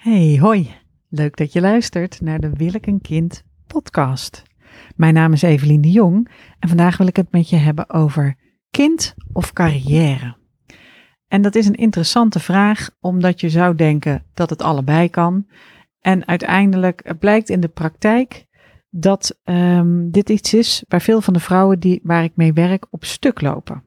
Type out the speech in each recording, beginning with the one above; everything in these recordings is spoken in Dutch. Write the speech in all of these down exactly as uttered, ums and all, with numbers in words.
Hey, hoi. Leuk dat je luistert naar de Wil ik een kind podcast. Mijn naam is Evelien de Jong en vandaag wil ik het met je hebben over kind of carrière. En dat is een interessante vraag, omdat je zou denken dat het allebei kan. En uiteindelijk blijkt in de praktijk dat um, dit iets is waar veel van de vrouwen die, waar ik mee werk op stuk lopen.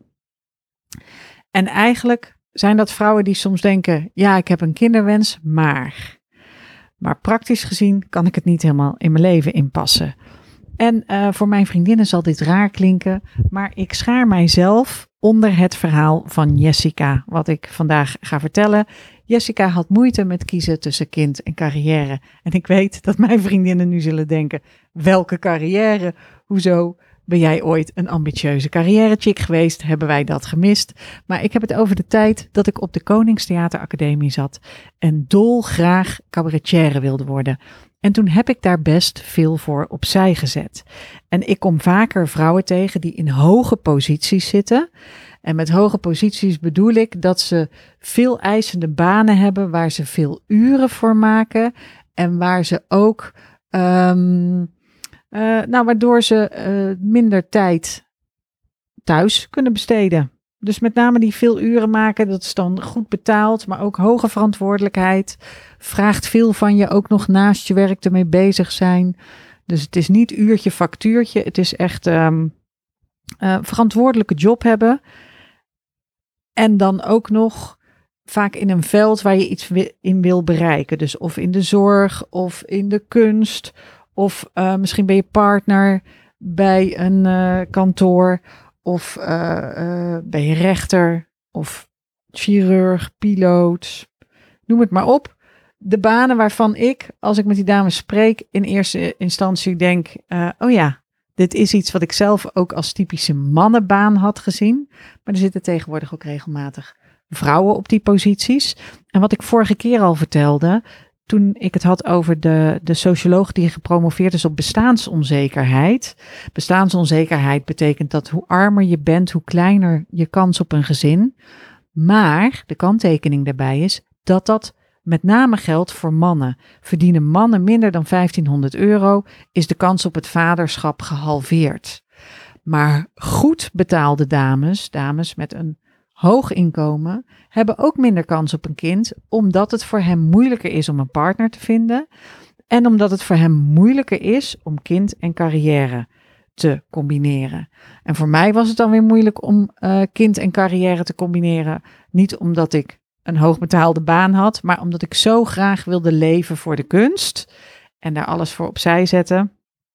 En eigenlijk zijn dat vrouwen die soms denken, ja, ik heb een kinderwens, maar... Maar praktisch gezien kan ik het niet helemaal in mijn leven inpassen. En uh, voor mijn vriendinnen zal dit raar klinken, maar ik schaar mijzelf onder het verhaal van Jessica, wat ik vandaag ga vertellen. Jessica had moeite met kiezen tussen kind en carrière. En ik weet dat mijn vriendinnen nu zullen denken, welke carrière? Hoezo? Ben jij ooit een ambitieuze carrière-chick geweest? Hebben wij dat gemist? Maar ik heb het over de tijd dat ik op de Koningstheateracademie zat en dolgraag cabaretière wilde worden. En toen heb ik daar best veel voor opzij gezet. En ik kom vaker vrouwen tegen die in hoge posities zitten. En met hoge posities bedoel ik dat ze veel eisende banen hebben, waar ze veel uren voor maken en waar ze ook... Um, Uh, nou, waardoor ze uh, minder tijd thuis kunnen besteden. Dus met name die veel uren maken, dat is dan goed betaald, maar ook hoge verantwoordelijkheid. Vraagt veel van je, ook nog naast je werk ermee bezig zijn. Dus het is niet uurtje factuurtje, het is echt um, uh, verantwoordelijke job hebben. En dan ook nog vaak in een veld waar je iets in wil bereiken. Dus of in de zorg, of in de kunst... Of uh, misschien ben je partner bij een uh, kantoor. Of uh, uh, ben je rechter. Of chirurg, piloot. Noem het maar op. De banen waarvan ik, als ik met die dames spreek, in eerste instantie denk... Uh, oh ja, dit is iets wat ik zelf ook als typische mannenbaan had gezien. Maar er zitten tegenwoordig ook regelmatig vrouwen op die posities. En wat ik vorige keer al vertelde... Toen ik het had over de, de socioloog die gepromoveerd is op bestaansonzekerheid. Bestaansonzekerheid betekent dat hoe armer je bent, hoe kleiner je kans op een gezin. Maar de kanttekening daarbij is dat dat met name geldt voor mannen. Verdienen mannen minder dan vijftienhonderd euro, is de kans op het vaderschap gehalveerd. Maar goed betaalde dames, dames met een hoog inkomen, hebben ook minder kans op een kind, omdat het voor hem moeilijker is om een partner te vinden en omdat het voor hem moeilijker is om kind en carrière te combineren. En voor mij was het dan weer moeilijk om uh, kind en carrière te combineren, niet omdat ik een hoogbetaalde baan had, maar omdat ik zo graag wilde leven voor de kunst en daar alles voor opzij zetten.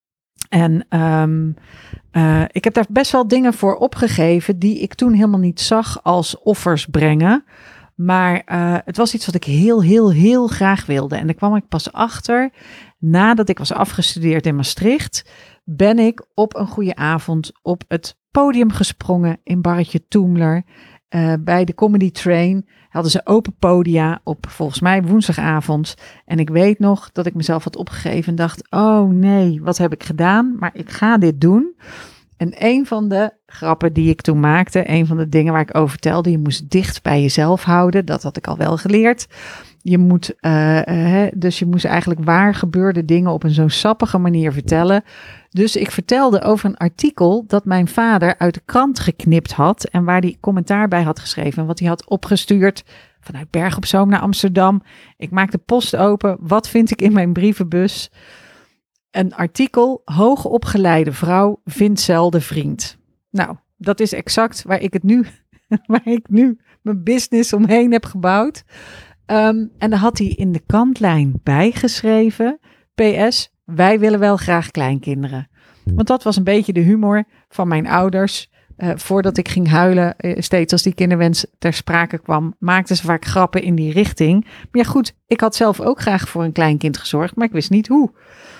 En um, uh, ik heb daar best wel dingen voor opgegeven die ik toen helemaal niet zag als offers brengen. Maar uh, het was iets wat ik heel, heel, heel graag wilde. En daar kwam ik pas achter, nadat ik was afgestudeerd in Maastricht, ben ik op een goede avond op het podium gesprongen in Barretje Toemler. Uh, bij de Comedy Train hadden ze open podia op volgens mij woensdagavond. En ik weet nog dat ik mezelf had opgegeven en dacht, oh nee, wat heb ik gedaan? Maar ik ga dit doen. En een van de grappen die ik toen maakte, een van de dingen waar ik over vertelde, je moest dicht bij jezelf houden. Dat had ik al wel geleerd. Je moet, uh, uh, dus je moest eigenlijk waar gebeurde dingen op een zo'n sappige manier vertellen. Dus ik vertelde over een artikel dat mijn vader uit de krant geknipt had en waar hij commentaar bij had geschreven. Wat hij had opgestuurd vanuit Berg op Zoom naar Amsterdam. Ik maak de post open. Wat vind ik in mijn brievenbus? Een artikel, hoogopgeleide vrouw vindt zelden vriend. Nou, dat is exact waar ik het nu, waar ik nu mijn business omheen heb gebouwd. Um, en dan had hij in de kantlijn bijgeschreven, P S, wij willen wel graag kleinkinderen. Want dat was een beetje de humor van mijn ouders. Uh, voordat ik ging huilen, uh, steeds als die kinderwens ter sprake kwam, maakten ze vaak grappen in die richting. Maar ja goed, ik had zelf ook graag voor een kleinkind gezorgd, maar ik wist niet hoe.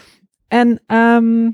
En um,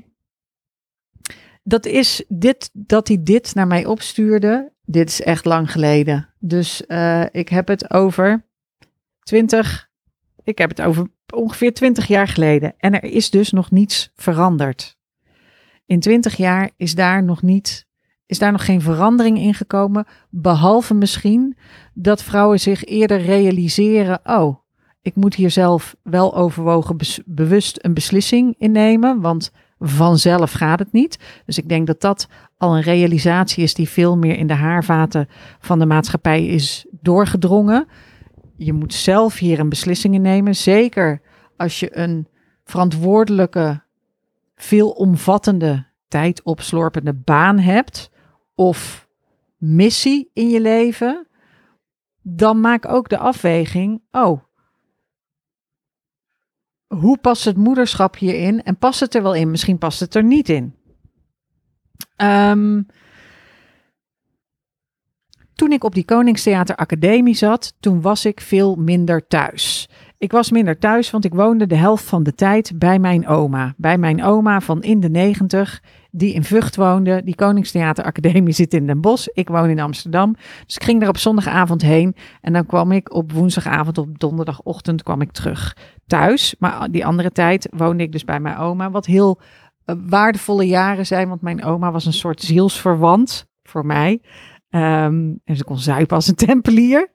dat is dit, dat hij dit naar mij opstuurde, dit is echt lang geleden. Dus uh, ik heb het over twintig, ik heb het over ongeveer twintig jaar geleden. En er is dus nog niets veranderd. In twintig jaar is daar nog niet, is daar nog geen verandering in gekomen, behalve misschien dat vrouwen zich eerder realiseren, oh, ik moet hier zelf wel overwogen bes- bewust een beslissing innemen, want vanzelf gaat het niet. Dus ik denk dat dat al een realisatie is die veel meer in de haarvaten van de maatschappij is doorgedrongen. Je moet zelf hier een beslissing in nemen, zeker als je een verantwoordelijke, veelomvattende, tijdopslorpende baan hebt of missie in je leven, dan maak ook de afweging, oh, hoe past het moederschap hierin en past het er wel in? Misschien past het er niet in. Um, toen ik op die Koningstheater Academie zat, toen was ik veel minder thuis. Ik was minder thuis, want ik woonde de helft van de tijd bij mijn oma. Bij mijn oma van in de negentig, die in Vught woonde. Die Koningstheater Academie zit in Den Bosch. Ik woon in Amsterdam. Dus ik ging daar op zondagavond heen. En dan kwam ik op woensdagavond, op donderdagochtend kwam ik terug thuis. Maar die andere tijd woonde ik dus bij mijn oma. Wat heel uh, waardevolle jaren zijn, want mijn oma was een soort zielsverwant voor mij. Um, en ze kon zuipen als een tempelier.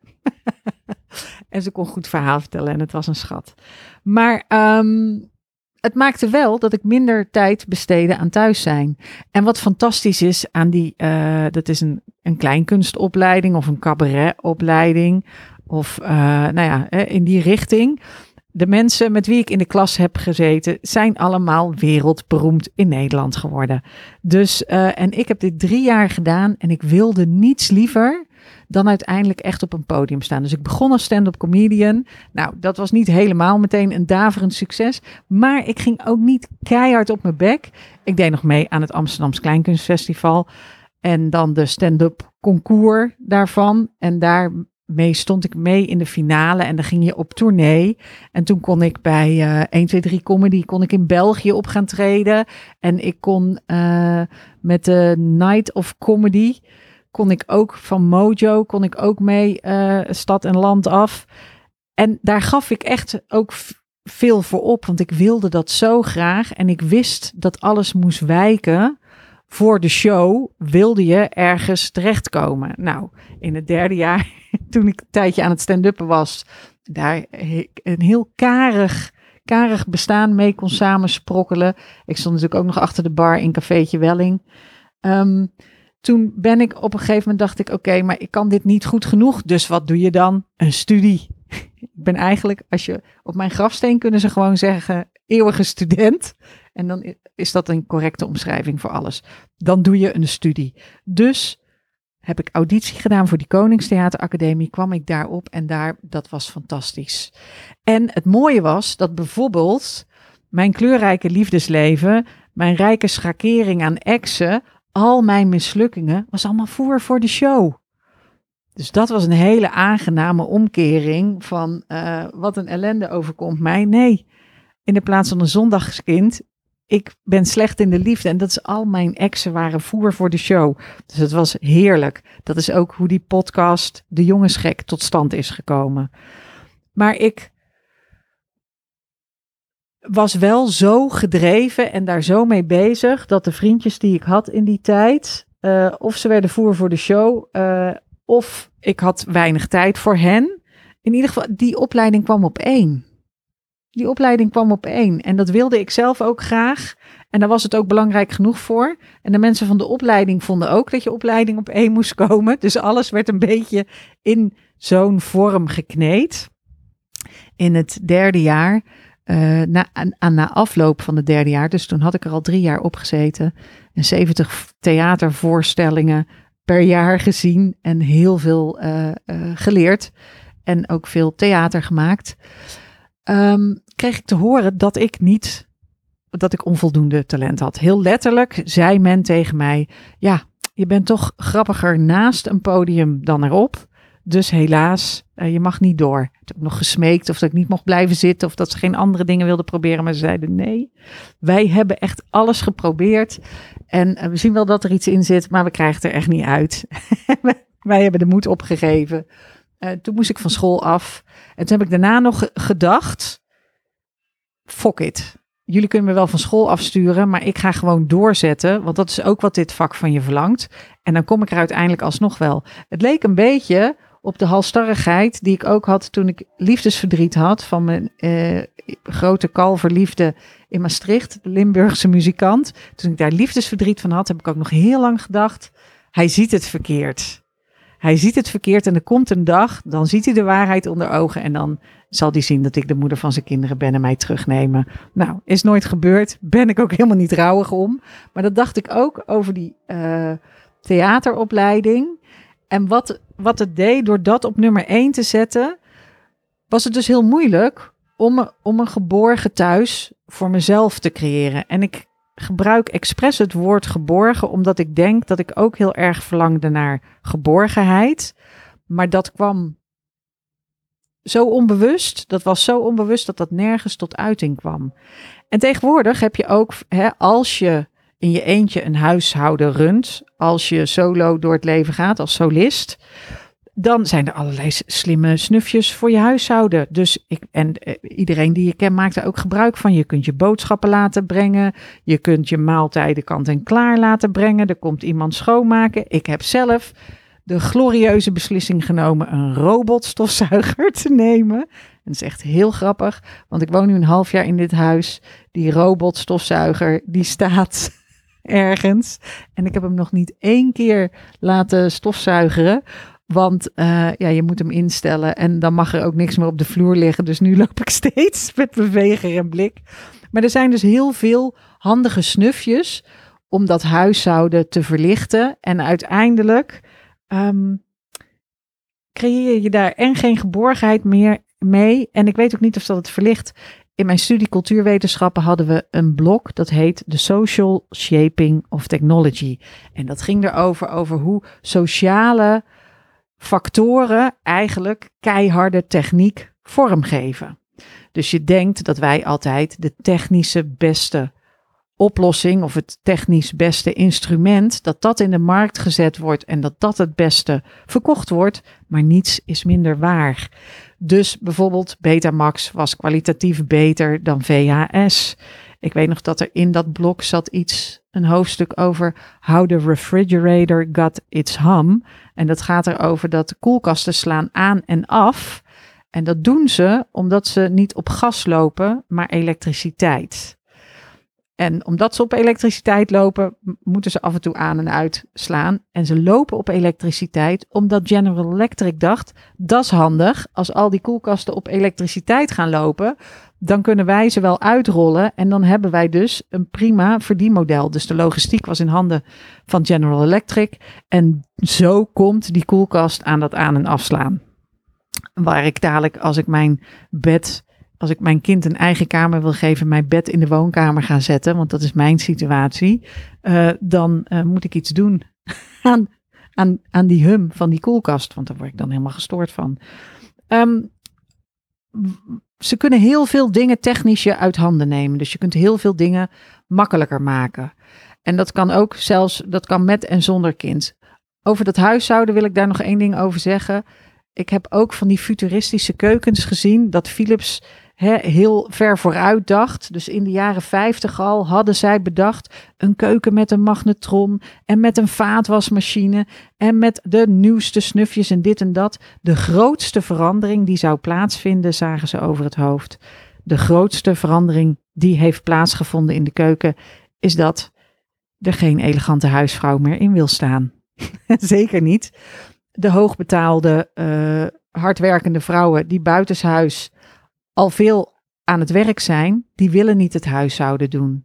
En ze kon goed verhaal vertellen en het was een schat. Maar um, het maakte wel dat ik minder tijd besteedde aan thuis zijn. En wat fantastisch is aan die, uh, dat is een, een kleinkunstopleiding of een cabaretopleiding. Of uh, nou ja, in die richting. De mensen met wie ik in de klas heb gezeten zijn allemaal wereldberoemd in Nederland geworden. Dus, uh, en ik heb dit drie jaar gedaan en ik wilde niets liever dan uiteindelijk echt op een podium staan. Dus ik begon als stand-up comedian. Nou, dat was niet helemaal meteen een daverend succes. Maar ik ging ook niet keihard op mijn bek. Ik deed nog mee aan het Amsterdamse Kleinkunstfestival. En dan de stand-up concours daarvan. En daarmee stond ik mee in de finale. En dan ging je op tournee. En toen kon ik bij uh, één, twee, drie Comedy kon ik in België op gaan treden. En ik kon uh, met de Night of Comedy kon ik ook van Mojo, kon ik ook mee uh, stad en land af. En daar gaf ik echt ook v- veel voor op, want ik wilde dat zo graag. En ik wist dat alles moest wijken voor de show, wilde je ergens terechtkomen. Nou, in het derde jaar, toen ik een tijdje aan het stand-uppen was, daar een heel karig, karig bestaan mee kon samensprokkelen. Ik stond natuurlijk ook nog achter de bar in Cafeetje Welling. Um, Toen ben ik op een gegeven moment dacht ik, oké, okay, maar ik kan dit niet goed genoeg. Dus wat doe je dan? Een studie. Ik ben eigenlijk, als je op mijn grafsteen kunnen ze gewoon zeggen, eeuwige student. En dan is dat een correcte omschrijving voor alles. Dan doe je een studie. Dus heb ik auditie gedaan voor die Koningstheater Academie. Kwam ik daarop en daar, dat was fantastisch. En het mooie was dat bijvoorbeeld mijn kleurrijke liefdesleven, mijn rijke schakering aan exen, al mijn mislukkingen was allemaal voer voor de show. Dus dat was een hele aangename omkering van uh, wat een ellende overkomt mij. Nee, in de plaats van een zondagskind, ik ben slecht in de liefde. En dat is al mijn exen waren voer voor de show. Dus het was heerlijk. Dat is ook hoe die podcast De Jongensgek tot stand is gekomen. Maar ik was wel zo gedreven en daar zo mee bezig dat de vriendjes die ik had in die tijd, uh, of ze werden voer voor de show, uh, of ik had weinig tijd voor hen. In ieder geval, die opleiding kwam op één. Die opleiding kwam op één. En dat wilde ik zelf ook graag. En daar was het ook belangrijk genoeg voor. En de mensen van de opleiding vonden ook dat je opleiding op één moest komen. Dus alles werd een beetje in zo'n vorm gekneed. In het derde jaar, uh, na, aan, na afloop van het derde jaar, dus toen had ik er al drie jaar op gezeten. En zeventig theatervoorstellingen per jaar gezien. En heel veel uh, uh, geleerd. En ook veel theater gemaakt. Um, kreeg ik te horen dat ik niet, dat ik onvoldoende talent had. Heel letterlijk zei men tegen mij, ja, je bent toch grappiger naast een podium dan erop. Dus helaas, uh, je mag niet door. Toen heb ik nog gesmeekt of dat ik niet mocht blijven zitten of dat ze geen andere dingen wilden proberen. Maar ze zeiden nee, wij hebben echt alles geprobeerd. En uh, we zien wel dat er iets in zit, maar we krijgen het er echt niet uit. Wij hebben de moed opgegeven. Uh, toen moest ik van school af. En toen heb ik daarna nog gedacht, fuck it. Jullie kunnen me wel van school afsturen, maar ik ga gewoon doorzetten. Want dat is ook wat dit vak van je verlangt. En dan kom ik er uiteindelijk alsnog wel. Het leek een beetje op de halsstarrigheid die ik ook had toen ik liefdesverdriet had van mijn uh, grote kalverliefde in Maastricht, de Limburgse muzikant. Toen ik daar liefdesverdriet van had, heb ik ook nog heel lang gedacht, hij ziet het verkeerd. Hij ziet het verkeerd en er komt een dag, dan ziet hij de waarheid onder ogen en dan zal hij zien dat ik de moeder van zijn kinderen ben en mij terugnemen. Nou, is nooit gebeurd, ben ik ook helemaal niet rouwig om. Maar dat dacht ik ook over die uh, theateropleiding. En wat, wat het deed door dat op nummer één te zetten, was het dus heel moeilijk om, om een geborgen thuis voor mezelf te creëren. En ik gebruik expres het woord geborgen, omdat ik denk dat ik ook heel erg verlangde naar geborgenheid. Maar dat kwam zo onbewust, dat was zo onbewust dat dat nergens tot uiting kwam. En tegenwoordig heb je ook, hè, als je in je eentje een huishouden runt, als je solo door het leven gaat als solist, dan zijn er allerlei slimme snufjes voor je huishouden. Dus ik, en uh, iedereen die je kent maakt er ook gebruik van. Je kunt je boodschappen laten brengen. Je kunt je maaltijden kant en klaar laten brengen. Er komt iemand schoonmaken. Ik heb zelf de glorieuze beslissing genomen een robotstofzuiger te nemen. En dat is echt heel grappig, want ik woon nu een half jaar in dit huis. Die robotstofzuiger, die staat ergens. En ik heb hem nog niet één keer laten stofzuigeren. Want uh, ja, je moet hem instellen en dan mag er ook niks meer op de vloer liggen. Dus nu loop ik steeds met beweger en blik. Maar er zijn dus heel veel handige snufjes om dat huishouden te verlichten. En uiteindelijk um, creëer je daar en geen geborgenheid meer mee. En ik weet ook niet of dat het verlicht. In mijn studie cultuurwetenschappen hadden we een blok dat heet The Social Shaping of Technology. En dat ging erover over hoe sociale factoren eigenlijk keiharde techniek vormgeven. Dus je denkt dat wij altijd de technische beste oplossing of het technisch beste instrument, dat dat in de markt gezet wordt en dat dat het beste verkocht wordt, maar niets is minder waar. Dus bijvoorbeeld Betamax was kwalitatief beter dan V H S. Ik weet nog dat er in dat blok zat iets, een hoofdstuk over how the refrigerator got its hum. En dat gaat erover dat de koelkasten slaan aan en af. En dat doen ze omdat ze niet op gas lopen, maar elektriciteit. En omdat ze op elektriciteit lopen, moeten ze af en toe aan en uit slaan. En ze lopen op elektriciteit omdat General Electric dacht, dat is handig. Als al die koelkasten op elektriciteit gaan lopen, dan kunnen wij ze wel uitrollen. En dan hebben wij dus een prima verdienmodel. Dus de logistiek was in handen van General Electric. En zo komt die koelkast aan dat aan- en afslaan. Waar ik dadelijk, als ik mijn bed... Als ik mijn kind een eigen kamer wil geven, mijn bed in de woonkamer gaan zetten, want dat is mijn situatie, uh, dan uh, moet ik iets doen aan, aan, aan die hum van die koelkast, want daar word ik dan helemaal gestoord van. Um, ze kunnen heel veel dingen technisch je uit handen nemen, dus je kunt heel veel dingen makkelijker maken. En dat kan ook zelfs, dat kan met en zonder kind. Over dat huishouden wil ik daar nog één ding over zeggen. Ik heb ook van die futuristische keukens gezien, dat Philips He, heel ver vooruit dacht. Dus in de jaren vijftig al hadden zij bedacht een keuken met een magnetron en met een vaatwasmachine en met de nieuwste snufjes en dit en dat. De grootste verandering die zou plaatsvinden, zagen ze over het hoofd. De grootste verandering die heeft plaatsgevonden in de keuken is dat er geen elegante huisvrouw meer in wil staan. Zeker niet. De hoogbetaalde, uh, hardwerkende vrouwen die buitenshuis al veel aan het werk zijn, die willen niet het huishouden doen.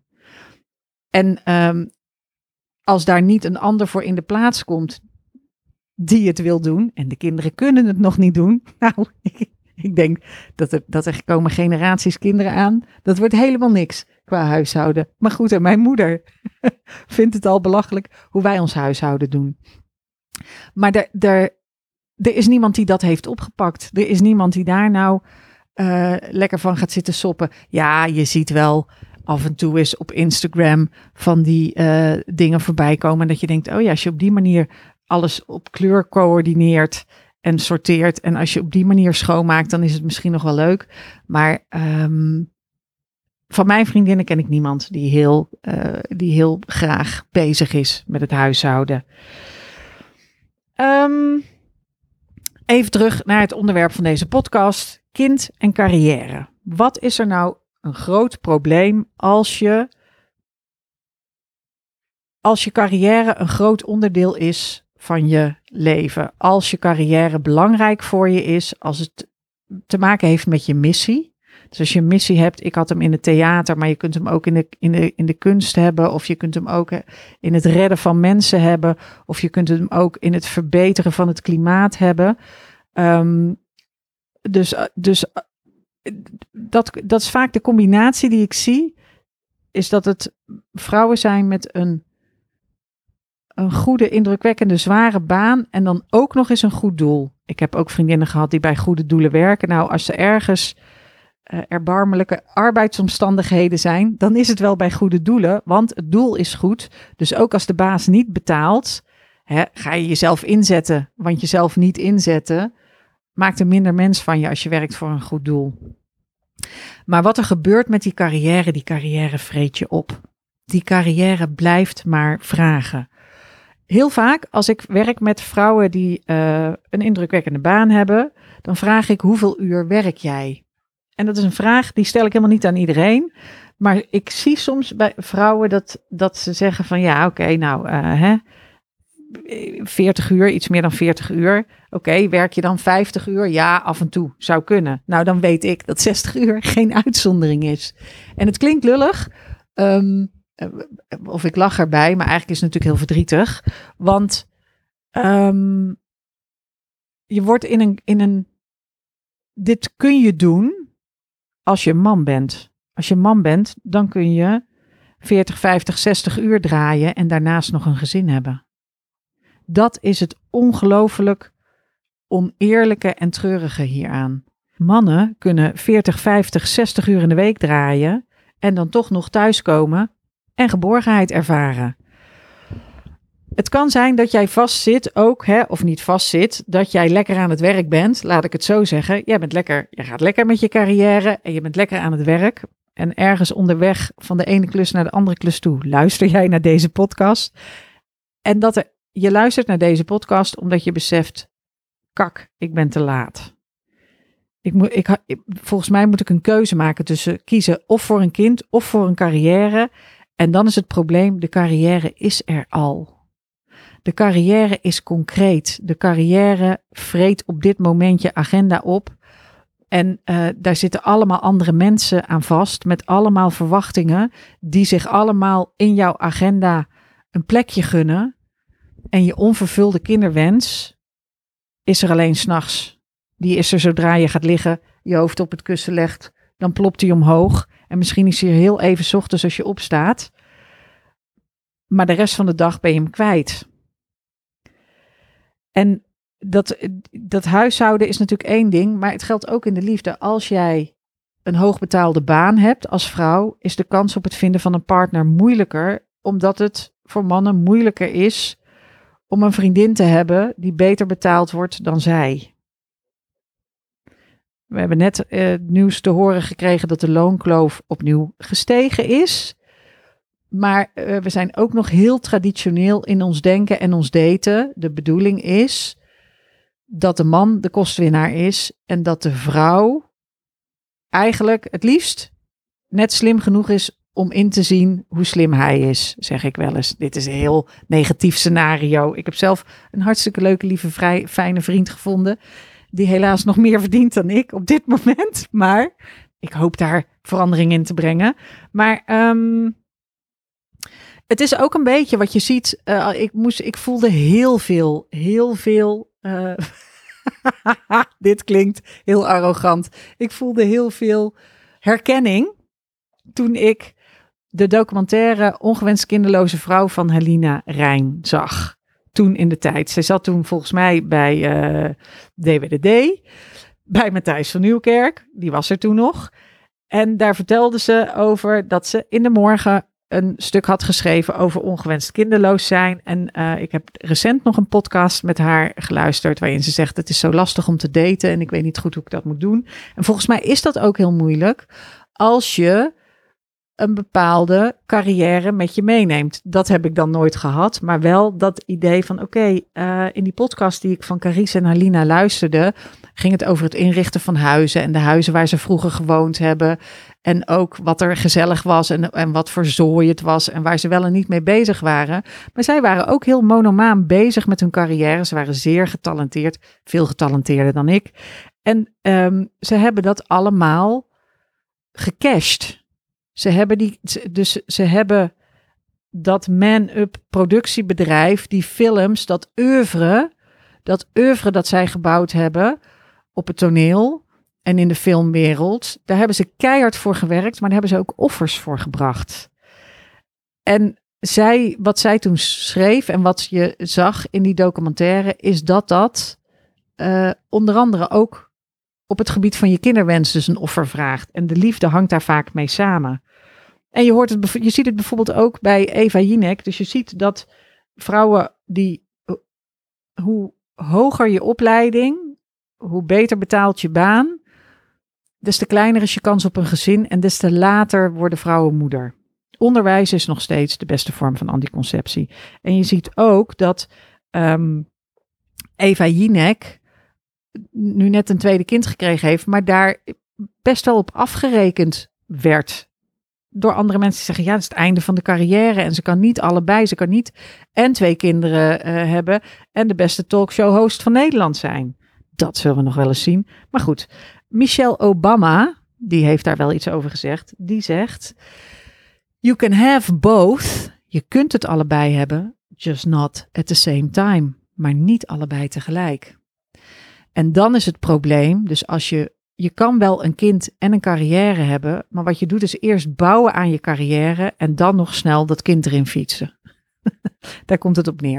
En um, als daar niet een ander voor in de plaats komt die het wil doen, en de kinderen kunnen het nog niet doen, nou, ik, ik denk dat er, dat er komen generaties kinderen aan, dat wordt helemaal niks qua huishouden. Maar goed, en mijn moeder vindt het al belachelijk hoe wij ons huishouden doen. Maar er, er, er is niemand die dat heeft opgepakt. Er is niemand die daar nou Uh, lekker van gaat zitten soppen. Ja, je ziet wel af en toe eens op Instagram van die uh, dingen voorbij komen. Dat je denkt, oh ja, als je op die manier alles op kleur coördineert en sorteert. En als je op die manier schoonmaakt, dan is het misschien nog wel leuk. Maar um, van mijn vriendinnen ken ik niemand die heel, uh, die heel graag bezig is met het huishouden. Um, Even terug naar het onderwerp van deze podcast. Kind en carrière. Wat is er nou een groot probleem als je, als je carrière een groot onderdeel is van je leven? Als je carrière belangrijk voor je is, als het te maken heeft met je missie. Dus als je een missie hebt, ik had hem in het theater, maar je kunt hem ook in de, in de, in de kunst hebben. Of je kunt hem ook in het redden van mensen hebben. Of je kunt hem ook in het verbeteren van het klimaat hebben. Um, dus dus dat, dat is vaak de combinatie die ik zie. Is dat het vrouwen zijn met een, een goede, indrukwekkende, zware baan. En dan ook nog eens een goed doel. Ik heb ook vriendinnen gehad die bij goede doelen werken. Nou, als ze ergens uh, erbarmelijke arbeidsomstandigheden zijn, dan is het wel bij goede doelen. Want het doel is goed. Dus ook als de baas niet betaalt, hè, ga je jezelf inzetten. Want jezelf niet inzetten maakt een minder mens van je als je werkt voor een goed doel. Maar wat er gebeurt met die carrière, die carrière vreet je op. Die carrière blijft maar vragen. Heel vaak als ik werk met vrouwen die uh, een indrukwekkende baan hebben, dan vraag ik hoeveel uur werk jij? En dat is een vraag die stel ik helemaal niet aan iedereen. Maar ik zie soms bij vrouwen dat, dat ze zeggen van ja oké, okay, nou uh, hè, veertig uur, iets meer dan veertig uur. Oké, okay, werk je dan vijftig uur? Ja, af en toe, zou kunnen. Nou, dan weet ik dat zestig uur geen uitzondering is. En het klinkt lullig, um, of ik lach erbij, maar eigenlijk is het natuurlijk heel verdrietig. Want um, je wordt in een, in een... Dit kun je doen als je man bent. Als je man bent, dan kun je veertig, vijftig, zestig uur draaien en daarnaast nog een gezin hebben. Dat is het ongelooflijk oneerlijke en treurige hieraan. Mannen kunnen veertig, vijftig, zestig uur in de week draaien en dan toch nog thuiskomen en geborgenheid ervaren. Het kan zijn dat jij vastzit ook, hè, of niet vastzit, dat jij lekker aan het werk bent. Laat ik het zo zeggen. Jij bent lekker, jij gaat lekker met je carrière en je bent lekker aan het werk. En ergens onderweg van de ene klus naar de andere klus toe luister jij naar deze podcast. En dat er, je luistert naar deze podcast omdat je beseft, kak, ik ben te laat. Ik moet, ik, volgens mij moet ik een keuze maken tussen kiezen of voor een kind of voor een carrière. En dan is het probleem, de carrière is er al. De carrière is concreet. De carrière vreet op dit moment je agenda op. En uh, daar zitten allemaal andere mensen aan vast met allemaal verwachtingen die zich allemaal in jouw agenda een plekje gunnen. En je onvervulde kinderwens is er alleen 's nachts. Die is er zodra je gaat liggen, je hoofd op het kussen legt, dan plopt hij omhoog. En misschien is hij er heel even 's ochtends als je opstaat. Maar de rest van de dag ben je hem kwijt. En dat, dat huishouden is natuurlijk één ding, maar het geldt ook in de liefde. Als jij een hoogbetaalde baan hebt als vrouw, is de kans op het vinden van een partner moeilijker, omdat het voor mannen moeilijker is om een vriendin te hebben die beter betaald wordt dan zij. We hebben net uh, nieuws te horen gekregen dat de loonkloof opnieuw gestegen is. Maar uh, we zijn ook nog heel traditioneel in ons denken en ons daten. De bedoeling is dat de man de kostwinnaar is en dat de vrouw eigenlijk het liefst net slim genoeg is om in te zien hoe slim hij is, zeg ik wel eens. Dit is een heel negatief scenario. Ik heb zelf een hartstikke leuke, lieve, vrij, fijne vriend gevonden, die helaas nog meer verdient dan ik op dit moment. Maar ik hoop daar verandering in te brengen. Maar um, het is ook een beetje wat je ziet. Uh, ik, moest, ik voelde heel veel, heel veel... Uh, dit klinkt heel arrogant. Ik voelde heel veel herkenning toen ik de documentaire Ongewenst kinderloze vrouw van Helena Rijn zag. Toen in de tijd. Zij zat toen volgens mij bij uh, D W D D, bij Matthijs van Nieuwkerk. Die was er toen nog. En daar vertelde ze over dat ze in de morgen een stuk had geschreven over ongewenst kinderloos zijn. En uh, ik heb recent nog een podcast met haar geluisterd waarin ze zegt, het is zo lastig om te daten en ik weet niet goed hoe ik dat moet doen. En volgens mij is dat ook heel moeilijk als je een bepaalde carrière met je meeneemt. Dat heb ik dan nooit gehad, maar wel dat idee van oké, okay, uh, in die podcast die ik van Carice en Halina luisterde, ging het over het inrichten van huizen en de huizen waar ze vroeger gewoond hebben en ook wat er gezellig was en, en wat voor zooi het was en waar ze wel en niet mee bezig waren. Maar zij waren ook heel monomaan bezig met hun carrière. Ze waren zeer getalenteerd, veel getalenteerder dan ik. En um, ze hebben dat allemaal gecashed. Ze hebben die, dus ze hebben dat man-up productiebedrijf, die films, dat oeuvre, dat oeuvre dat zij gebouwd hebben op het toneel en in de filmwereld, daar hebben ze keihard voor gewerkt, maar daar hebben ze ook offers voor gebracht. En zij, wat zij toen schreef en wat je zag in die documentaire, is dat dat uh, onder andere ook op het gebied van je kinderwens dus een offer vraagt. En de liefde hangt daar vaak mee samen. En je, hoort het, je ziet het bijvoorbeeld ook bij Eva Jinek. Dus je ziet dat vrouwen die, hoe hoger je opleiding, hoe beter betaalt je baan, des te kleiner is je kans op een gezin en des te later worden vrouwen moeder. Onderwijs is nog steeds de beste vorm van anticonceptie. En je ziet ook dat um, Eva Jinek nu net een tweede kind gekregen heeft, maar daar best wel op afgerekend werd door andere mensen die zeggen, ja, dat is het einde van de carrière en ze kan niet allebei, ze kan niet en twee kinderen uh, hebben en de beste talkshow-host van Nederland zijn. Dat zullen we nog wel eens zien. Maar goed, Michelle Obama, die heeft daar wel iets over gezegd, die zegt, you can have both, je kunt het allebei hebben, just not at the same time, maar niet allebei tegelijk. En dan is het probleem, dus als je, je kan wel een kind en een carrière hebben, maar wat je doet is eerst bouwen aan je carrière en dan nog snel dat kind erin fietsen. Daar komt het op neer.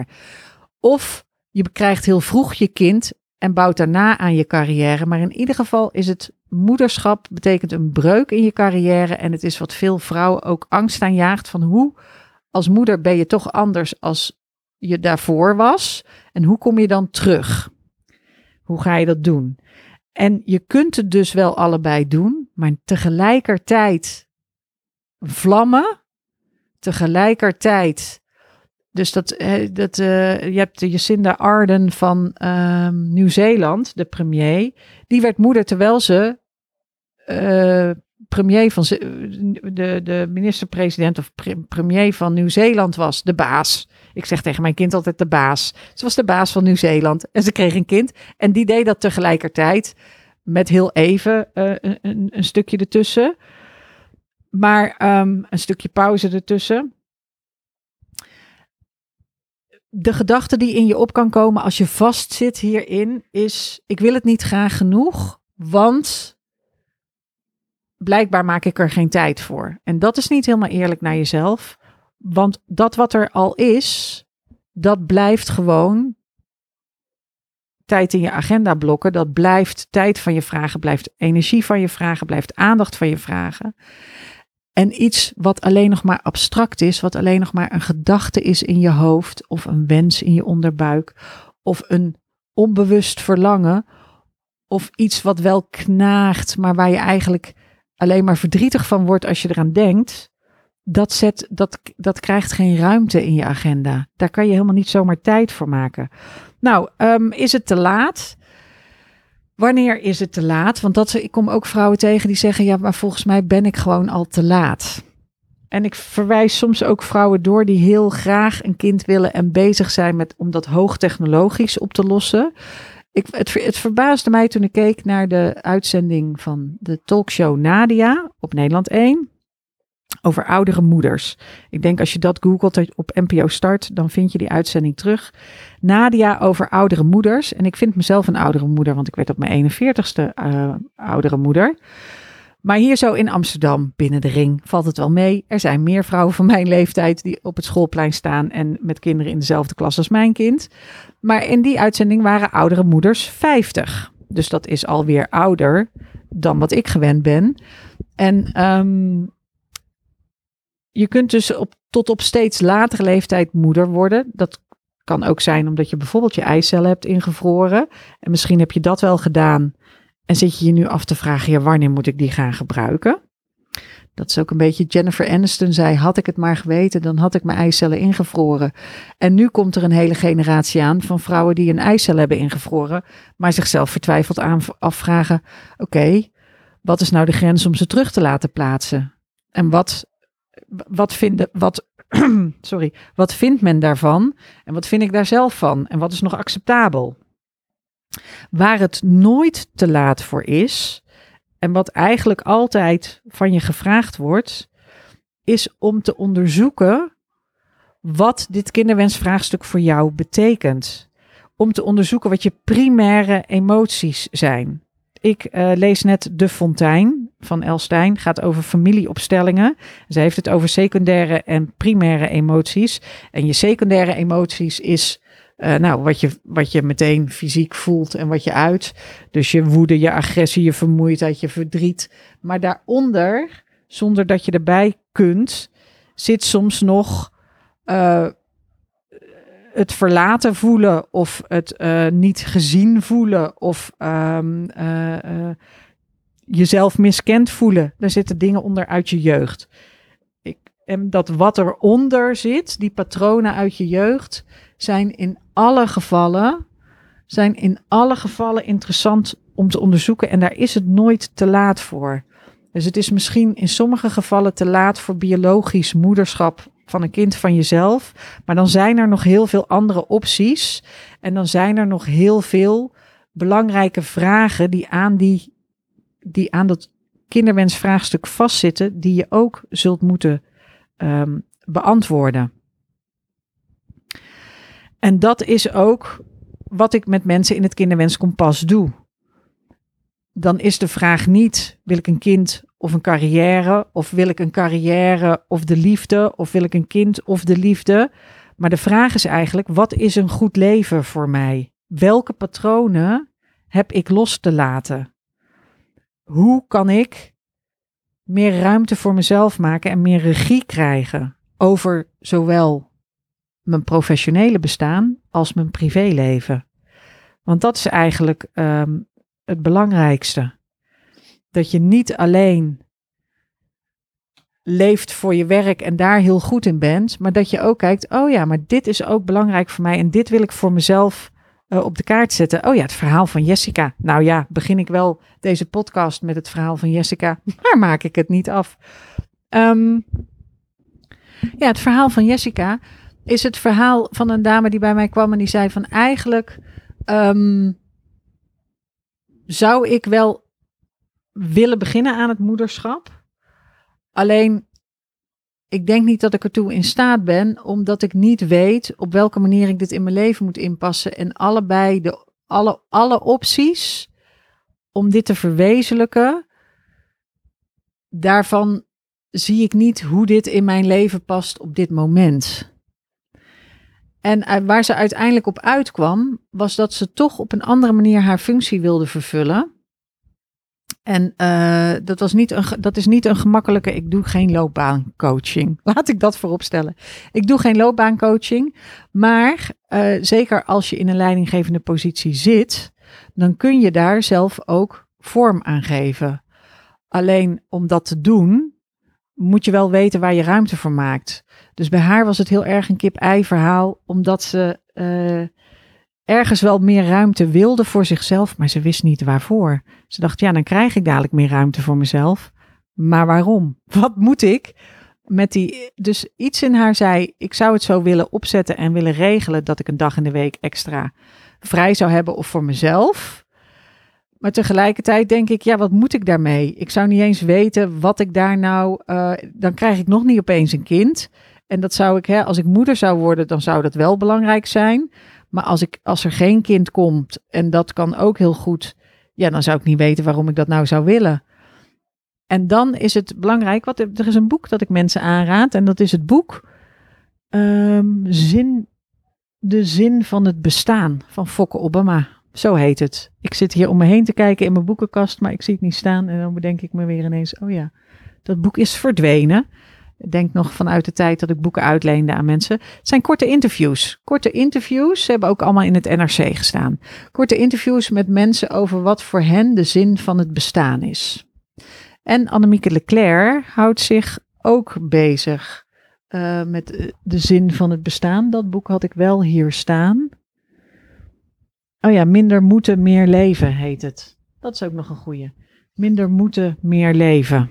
Of je krijgt heel vroeg je kind en bouwt daarna aan je carrière, maar in ieder geval is het moederschap betekent een breuk in je carrière en het is wat veel vrouwen ook angst aanjaagt van hoe als moeder ben je toch anders als je daarvoor was en hoe kom je dan terug? Hoe ga je dat doen? En je kunt het dus wel allebei doen, maar tegelijkertijd vlammen, tegelijkertijd. Dus dat, dat uh, je hebt de Jacinda Ardern van uh, Nieuw-Zeeland, de premier, die werd moeder terwijl ze uh, premier van de, de minister-president of pre- premier van Nieuw-Zeeland was, de baas. Ik zeg tegen mijn kind altijd de baas. Ze was de baas van Nieuw-Zeeland en ze kreeg een kind. En die deed dat tegelijkertijd met heel even uh, een, een, een stukje ertussen. Maar um, een stukje pauze ertussen. De gedachte die in je op kan komen als je vastzit hierin is, ik wil het niet graag genoeg, want blijkbaar maak ik er geen tijd voor. En dat is niet helemaal eerlijk naar jezelf. Want dat wat er al is, dat blijft gewoon tijd in je agenda blokken. Dat blijft tijd van je vragen, blijft energie van je vragen, blijft aandacht van je vragen. En iets wat alleen nog maar abstract is, wat alleen nog maar een gedachte is in je hoofd, of een wens in je onderbuik, of een onbewust verlangen, of iets wat wel knaagt, maar waar je eigenlijk alleen maar verdrietig van wordt als je eraan denkt, dat, zet, dat, dat krijgt geen ruimte in je agenda. Daar kan je helemaal niet zomaar tijd voor maken. Nou, um, is het te laat? Wanneer is het te laat? Want dat, ik kom ook vrouwen tegen die zeggen, ja, maar volgens mij ben ik gewoon al te laat. En ik verwijs soms ook vrouwen door die heel graag een kind willen en bezig zijn met om dat hoogtechnologisch op te lossen. Ik, het, het verbaasde mij toen ik keek naar de uitzending van de talkshow Nadia op Nederland één. Over oudere moeders. Ik denk als je dat googelt op N P O Start, dan vind je die uitzending terug. Nadia over oudere moeders. En ik vind mezelf een oudere moeder, want ik werd op mijn eenenveertigste uh, oudere moeder. Maar hier zo in Amsterdam, binnen de ring, valt het wel mee. Er zijn meer vrouwen van mijn leeftijd die op het schoolplein staan en met kinderen in dezelfde klas als mijn kind. Maar in die uitzending waren oudere moeders vijftig. Dus dat is alweer ouder dan wat ik gewend ben. En um, je kunt dus op, tot op steeds latere leeftijd moeder worden. Dat kan ook zijn omdat je bijvoorbeeld je eicellen hebt ingevroren. En misschien heb je dat wel gedaan. En zit je je nu af te vragen, ja, wanneer moet ik die gaan gebruiken? Dat is ook een beetje Jennifer Aniston zei, had ik het maar geweten, dan had ik mijn eicellen ingevroren. En nu komt er een hele generatie aan van vrouwen die een eicel hebben ingevroren, maar zichzelf vertwijfeld aan, afvragen, oké, okay, wat is nou de grens om ze terug te laten plaatsen? En wat, wat, vinden, wat, sorry, wat vindt men daarvan? En wat vind ik daar zelf van? En wat is nog acceptabel? Waar het nooit te laat voor is, en wat eigenlijk altijd van je gevraagd wordt, is om te onderzoeken wat dit kinderwensvraagstuk voor jou betekent. Om te onderzoeken wat je primaire emoties zijn. Ik uh, lees net De Fontein van Els Stein, gaat over familieopstellingen. Zij heeft het over secundaire en primaire emoties. En je secundaire emoties is uh, nou, wat je, wat je meteen fysiek voelt en wat je uit. Dus je woede, je agressie, je vermoeidheid, je verdriet. Maar daaronder, zonder dat je erbij kunt, zit soms nog uh, het verlaten voelen of het uh, niet gezien voelen of um, uh, uh, jezelf miskend voelen. Daar zitten dingen onder uit je jeugd. Ik, en dat wat eronder zit, die patronen uit je jeugd, zijn in alle gevallen, zijn in alle gevallen interessant om te onderzoeken. En daar is het nooit te laat voor. Dus het is misschien in sommige gevallen te laat voor biologisch moederschap van een kind van jezelf. Maar dan zijn er nog heel veel andere opties. En dan zijn er nog heel veel belangrijke vragen die aan, die, die aan dat kinderwensvraagstuk vastzitten, die je ook zult moeten um, beantwoorden. En dat is ook wat ik met mensen in het kinderwenskompas doe. Dan is de vraag niet, wil ik een kind of een carrière, of wil ik een carrière of de liefde, of wil ik een kind of de liefde. Maar de vraag is eigenlijk, wat is een goed leven voor mij? Welke patronen heb ik los te laten? Hoe kan ik meer ruimte voor mezelf maken en meer regie krijgen over zowel mijn professionele bestaan als mijn privéleven? Want dat is eigenlijk um, het belangrijkste. Dat je niet alleen leeft voor je werk en daar heel goed in bent, maar dat je ook kijkt, oh ja, maar dit is ook belangrijk voor mij en dit wil ik voor mezelf uh, op de kaart zetten. Oh ja, het verhaal van Jessica. Nou ja, begin ik wel deze podcast met het verhaal van Jessica, maar maak ik het niet af. Um, ja, het verhaal van Jessica is het verhaal van een dame die bij mij kwam en die zei van eigenlijk um, zou ik wel willen beginnen aan het moederschap. Alleen, ik denk niet dat ik ertoe in staat ben, omdat ik niet weet op welke manier ik dit in mijn leven moet inpassen. En allebei, de, alle, alle opties om dit te verwezenlijken, daarvan zie ik niet hoe dit in mijn leven past op dit moment. En waar ze uiteindelijk op uitkwam, was dat ze toch op een andere manier haar functie wilde vervullen. En uh, dat, was niet een, dat is niet een gemakkelijke, ik doe geen loopbaancoaching. Laat ik dat voorop stellen. Ik doe geen loopbaancoaching, maar uh, zeker als je in een leidinggevende positie zit, dan kun je daar zelf ook vorm aan geven. Alleen om dat te doen, moet je wel weten waar je ruimte voor maakt. Dus bij haar was het heel erg een kip-ei verhaal, omdat ze uh, ergens wel meer ruimte wilde voor zichzelf, maar ze wist niet waarvoor. Ze dacht, ja, dan krijg ik dadelijk meer ruimte voor mezelf. Maar waarom? Wat moet ik met die... Dus iets in haar zei, ik zou het zo willen opzetten en willen regelen dat ik een dag in de week extra vrij zou hebben of voor mezelf. Maar tegelijkertijd denk ik, ja, wat moet ik daarmee? Ik zou niet eens weten wat ik daar nou... Uh, dan krijg ik nog niet opeens een kind. En dat zou ik, hè, als ik moeder zou worden, dan zou dat wel belangrijk zijn. Maar als, ik, als er geen kind komt, en dat kan ook heel goed, ja, dan zou ik niet weten waarom ik dat nou zou willen. En dan is het belangrijk, wat, er is een boek dat ik mensen aanraad, en dat is het boek um, zin, De Zin van het Bestaan van Fokke Obama. Zo heet het. Ik zit hier om me heen te kijken in mijn boekenkast, maar ik zie het niet staan. En dan bedenk ik me weer ineens, oh ja, dat boek is verdwenen. Ik denk nog vanuit de tijd dat ik boeken uitleende aan mensen. Het zijn korte interviews. Korte interviews, ze hebben ook allemaal in het N R C gestaan. Korte interviews met mensen over wat voor hen de zin van het bestaan is. En Annemieke Leclerc houdt zich ook bezig uh, met de zin van het bestaan. Dat boek had ik wel hier staan. Oh ja, Minder moeten, meer leven heet het. Dat is ook nog een goeie. Minder moeten, meer leven.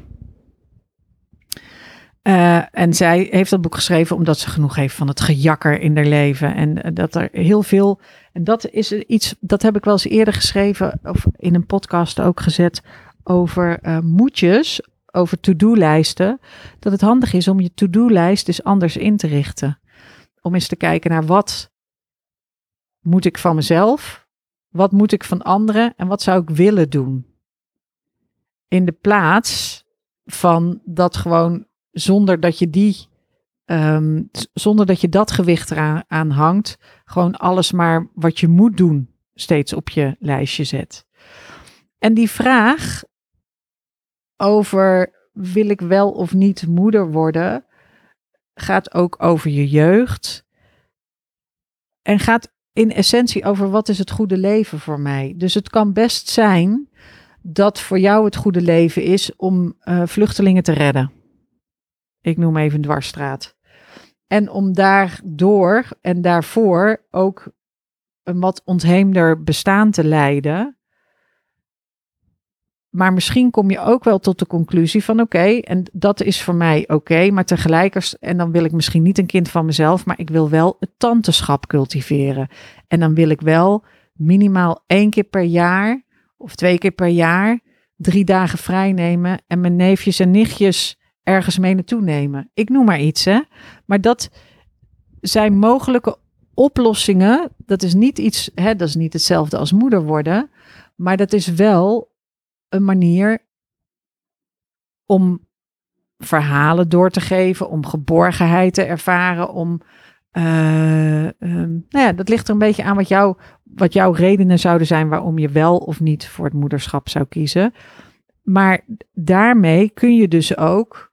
Uh, en zij heeft dat boek geschreven omdat ze genoeg heeft van het gejakker in haar leven. En uh, dat er heel veel... En dat is iets, dat heb ik wel eens eerder geschreven, of in een podcast ook gezet, over uh, moetjes, over to-do-lijsten. Dat het handig is om je to-do-lijst dus anders in te richten. Om eens te kijken naar wat moet ik van mezelf, wat moet ik van anderen en wat zou ik willen doen. In de plaats van dat gewoon zonder dat je die, um, zonder dat je dat gewicht eraan aan hangt, gewoon alles maar wat je moet doen steeds op je lijstje zet. En die vraag over wil ik wel of niet moeder worden, gaat ook over je jeugd. En gaat in essentie over wat is het goede leven voor mij. Dus het kan best zijn dat voor jou het goede leven is om uh, vluchtelingen te redden. Ik noem even een dwarsstraat. En om daardoor en daarvoor ook een wat ontheemder bestaan te leiden. Maar misschien kom je ook wel tot de conclusie van oké, okay, en dat is voor mij oké, okay, maar tegelijkertijd, en dan wil ik misschien niet een kind van mezelf, maar ik wil wel het tanteschap cultiveren. En dan wil ik wel minimaal één keer per jaar of twee keer per jaar drie dagen vrij nemen en mijn neefjes en nichtjes ergens mee naartoe nemen. Ik noem maar iets, hè. Maar dat zijn mogelijke oplossingen. Dat is niet iets, hè, dat is niet hetzelfde als moeder worden, maar dat is wel een manier om verhalen door te geven, om geborgenheid te ervaren, om, uh, um, nou ja, dat ligt er een beetje aan wat, jou, wat jouw redenen zouden zijn waarom je wel of niet voor het moederschap zou kiezen. Maar daarmee kun je dus ook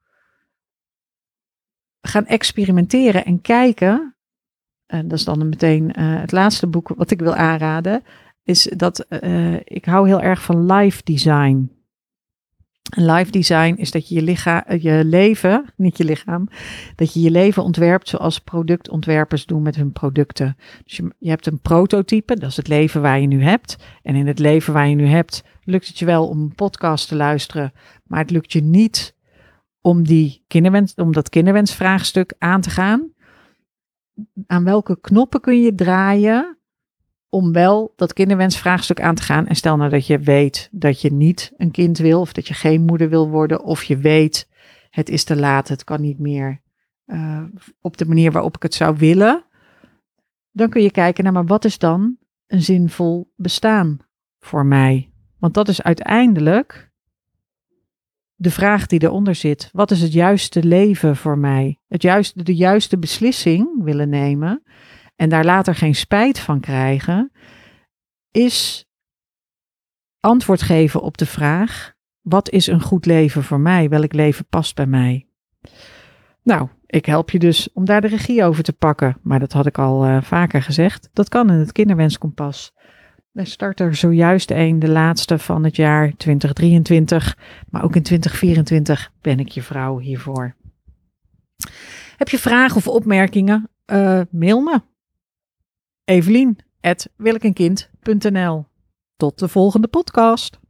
gaan experimenteren en kijken, en dat is dan meteen uh, het laatste boek wat ik wil aanraden, is dat uh, ik hou heel erg van life design. En life design is dat je je, lichaam, je leven, niet je lichaam, dat je je leven ontwerpt zoals productontwerpers doen met hun producten. Dus je, je hebt een prototype, dat is het leven waar je nu hebt. En in het leven waar je nu hebt, lukt het je wel om een podcast te luisteren, maar het lukt je niet om, die kinderwens, om dat kinderwensvraagstuk aan te gaan. Aan welke knoppen kun je draaien om wel dat kinderwensvraagstuk aan te gaan? En stel nou dat je weet dat je niet een kind wil, of dat je geen moeder wil worden, of je weet het is te laat, het kan niet meer uh, op de manier waarop ik het zou willen. Dan kun je kijken naar, maar wat is dan een zinvol bestaan voor mij? Want dat is uiteindelijk de vraag die eronder zit. Wat is het juiste leven voor mij? Het juiste, de juiste beslissing willen nemen en daar later geen spijt van krijgen, is antwoord geven op de vraag, wat is een goed leven voor mij? Welk leven past bij mij? Nou, ik help je dus om daar de regie over te pakken, maar dat had ik al uh, vaker gezegd. Dat kan in het Kinderwenskompas. Er start er zojuist een, de laatste van het jaar twintig drieëntwintig, maar ook in twintig vierentwintig ben ik je vrouw hiervoor. Heb je vragen of opmerkingen? Uh, mail me. Evelien at wilkenkind punt n l. Tot de volgende podcast.